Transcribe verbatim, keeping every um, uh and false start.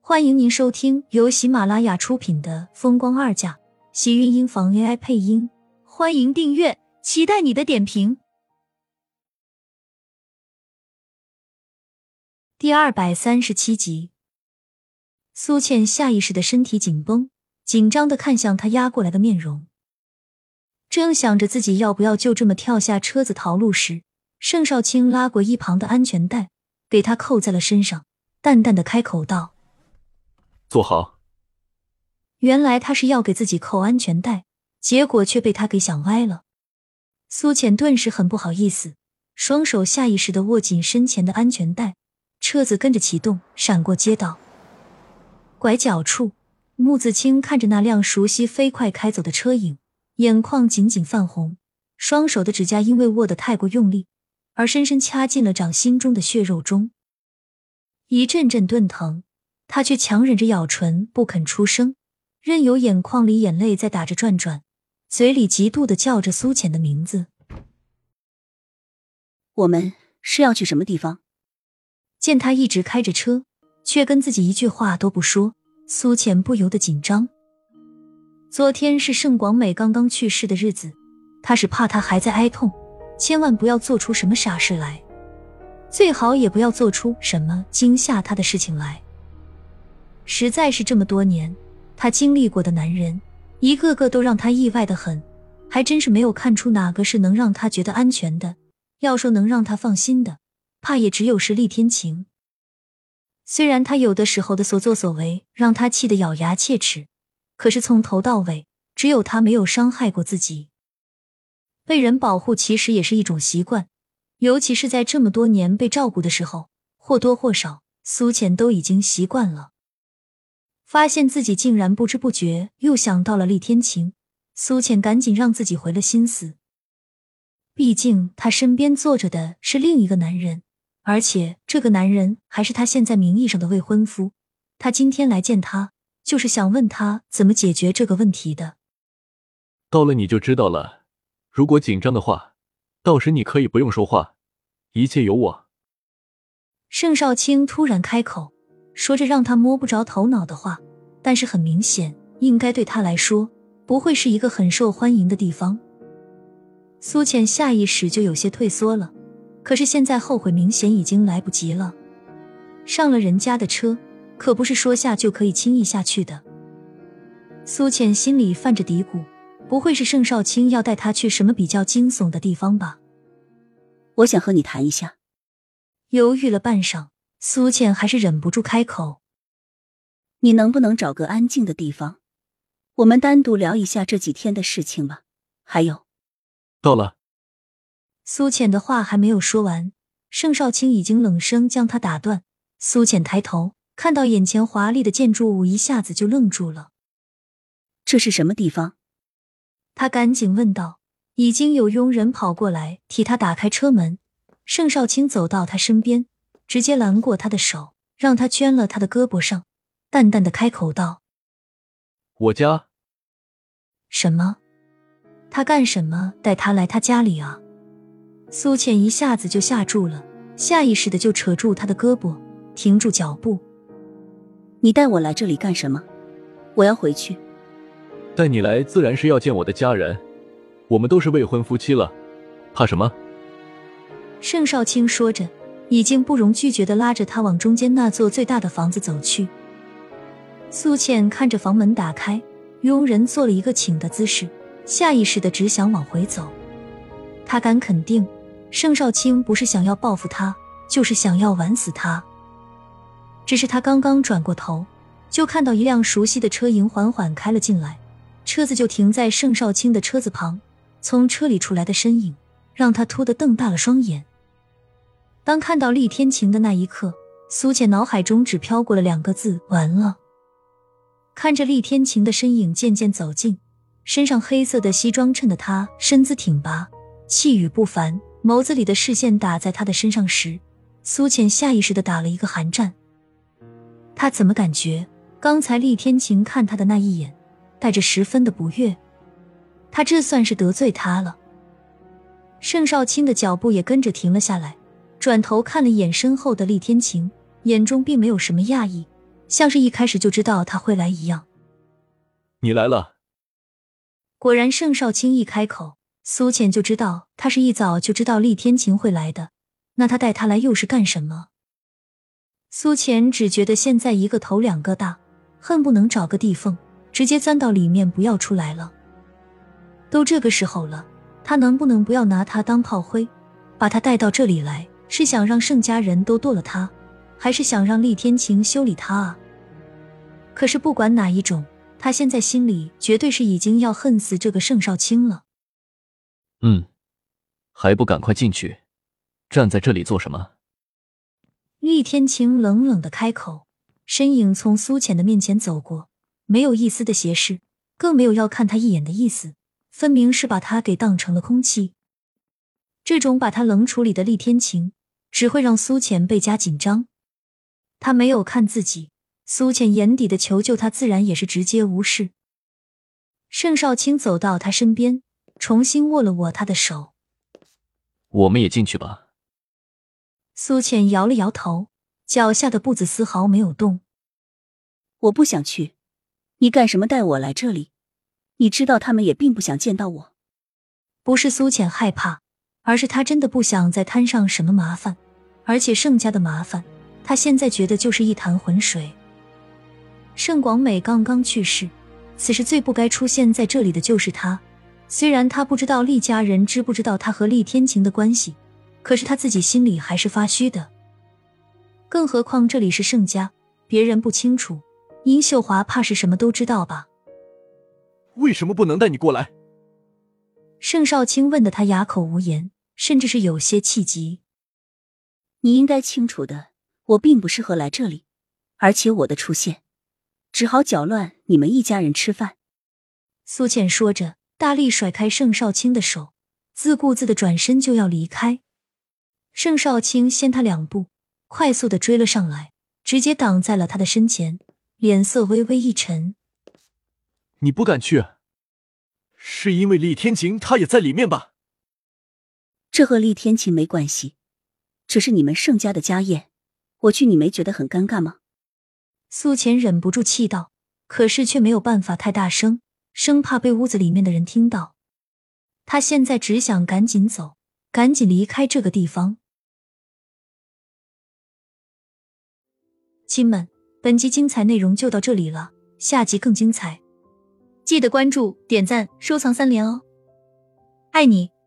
欢迎您收听由喜马拉雅出品的《风光二嫁》，喜运音房 A I 配音。欢迎订阅，期待你的点评。第二百三十七集，苏倩下意识的身体紧绷，紧张地看向他压过来的面容。正想着自己要不要就这么跳下车子逃路时，盛少卿拉过一旁的安全带，给他扣在了身上，淡淡的开口道： 坐好。 原来他是要给自己扣安全带，结果却被他给想歪了。苏浅顿时很不好意思，双手下意识地握紧身前的安全带，车子跟着启动，闪过街道。拐角处，穆子清看着那辆熟悉飞快开走的车影，眼眶紧紧泛红，双手的指甲因为握得太过用力，而深深掐进了掌心中的血肉中。一阵阵钝疼，他却强忍着咬唇不肯出声，任由眼眶里眼泪在打着转转，嘴里极度地叫着苏浅的名字。 我们是要去什么地方？ 见他一直开着车，却跟自己一句话都不说，苏浅不由得紧张。昨天是盛广美刚刚去世的日子，他是怕他还在哀痛，千万不要做出什么傻事来，最好也不要做出什么惊吓他的事情来。实在是这么多年他经历过的男人，一个个都让他意外得很，还真是没有看出哪个是能让他觉得安全的，要说能让他放心的，怕也只有是厉天晴。虽然他有的时候的所作所为让他气得咬牙切齿，可是从头到尾只有他没有伤害过自己。被人保护其实也是一种习惯，尤其是在这么多年被照顾的时候，或多或少苏浅都已经习惯了。发现自己竟然不知不觉又想到了厉天晴，苏浅赶紧让自己回了心思。毕竟他身边坐着的是另一个男人，而且这个男人还是他现在名义上的未婚夫。他今天来见他，就是想问他怎么解决这个问题的。 到了你就知道了，如果紧张的话，到时你可以不用说话，一切有我。 盛少卿突然开口，说着让他摸不着头脑的话，但是很明显，应该对他来说，不会是一个很受欢迎的地方。苏浅下意识就有些退缩了，可是现在后悔明显已经来不及了。上了人家的车，可不是说下就可以轻易下去的。苏浅心里泛着嘀咕，不会是盛少卿要带他去什么比较惊悚的地方吧？ 我想和你谈一下。 犹豫了半晌，苏浅还是忍不住开口。 你能不能找个安静的地方，我们单独聊一下这几天的事情吧？还有。 到了。 苏浅的话还没有说完，盛少卿已经冷声将他打断。苏浅抬头看到眼前华丽的建筑物，一下子就愣住了。 这是什么地方？ 他赶紧问道。已经有佣人跑过来替他打开车门，盛少卿走到他身边，直接拦过他的手，让他圈了他的胳膊上，淡淡的开口道： 我家。 什么？他干什么带他来他家里啊？苏浅一下子就吓住了，下意识的就扯住他的胳膊，停住脚步。 你带我来这里干什么？我要回去。 带你来自然是要见我的家人，我们都是未婚夫妻了，怕什么？ 盛少卿说着，已经不容拒绝地拉着他往中间那座最大的房子走去。苏倩看着房门打开，佣人做了一个请的姿势，下意识地只想往回走。他敢肯定，盛少卿不是想要报复他，就是想要玩死他。只是他刚刚转过头，就看到一辆熟悉的车迎缓缓开了进来，车子就停在盛少卿的车子旁，从车里出来的身影让他突地瞪大了双眼。当看到厉天晴的那一刻，苏浅脑海中只飘过了两个字：完了。看着厉天晴的身影渐渐走近，身上黑色的西装衬得他身姿挺拔，气宇不凡，眸子里的视线打在他的身上时，苏浅下意识地打了一个寒战。他怎么感觉刚才厉天晴看他的那一眼带着十分的不悦？他这算是得罪他了。盛少卿的脚步也跟着停了下来，转头看了一眼身后的厉天晴，眼中并没有什么讶异， 像是一开始就知道他会来一样。 你来了。 果然盛少卿一开口，苏浅就知道他是一早就知道厉天晴会来的，那他带他来又是干什么？苏浅只觉得现在一个头两个大，恨不能找个地缝直接钻到里面不要出来了。都这个时候了，他能不能不要拿他当炮灰，把他带到这里来，是想让盛家人都剁了他，还是想让厉天晴修理他啊？可是不管哪一种，他现在心里绝对是已经要恨死这个盛少卿了。 嗯，还不赶快进去，站在这里做什么？ 厉天晴冷冷地开口，身影从苏浅的面前走过，没有一丝的斜视，更没有要看他一眼的意思，分明是把他给当成了空气。这种把他冷处理的厉天晴，只会让苏浅倍加紧张。他没有看自己，苏浅眼底的求救他自然也是直接无视。盛少卿走到他身边，重新握了握他的手。 我们也进去吧。 苏浅摇了摇头，脚下的步子丝毫没有动。 我不想去，你干什么带我来这里？你知道他们也并不想见到我。 不是苏浅害怕，而是他真的不想再摊上什么麻烦，而且盛家的麻烦，他现在觉得就是一潭浑水。盛广美刚刚去世，此时最不该出现在这里的就是他。虽然他不知道厉家人知不知道他和厉天晴的关系，可是他自己心里还是发虚的。更何况这里是盛家，别人不清楚，殷秀华怕是什么都知道吧？ 为什么不能带你过来？ 盛少卿问得他哑口无言，甚至是有些气急。 你应该清楚的，我并不适合来这里，而且我的出现只好搅乱你们一家人吃饭。 苏浅说着，大力甩开盛少卿的手，自顾自地转身就要离开。盛少卿先他两步，快速地追了上来，直接挡在了他的身前，脸色微微一沉。 你不敢去，是因为厉天晴他也在里面吧？ 这和厉天晴没关系，这是你们盛家的家宴，我去你没觉得很尴尬吗？ 苏浅忍不住气道，可是却没有办法太大声，生怕被屋子里面的人听到。他现在只想赶紧走，赶紧离开这个地方。亲们，本集精彩内容就到这里了，下集更精彩，记得关注、点赞、收藏三连哦！爱你。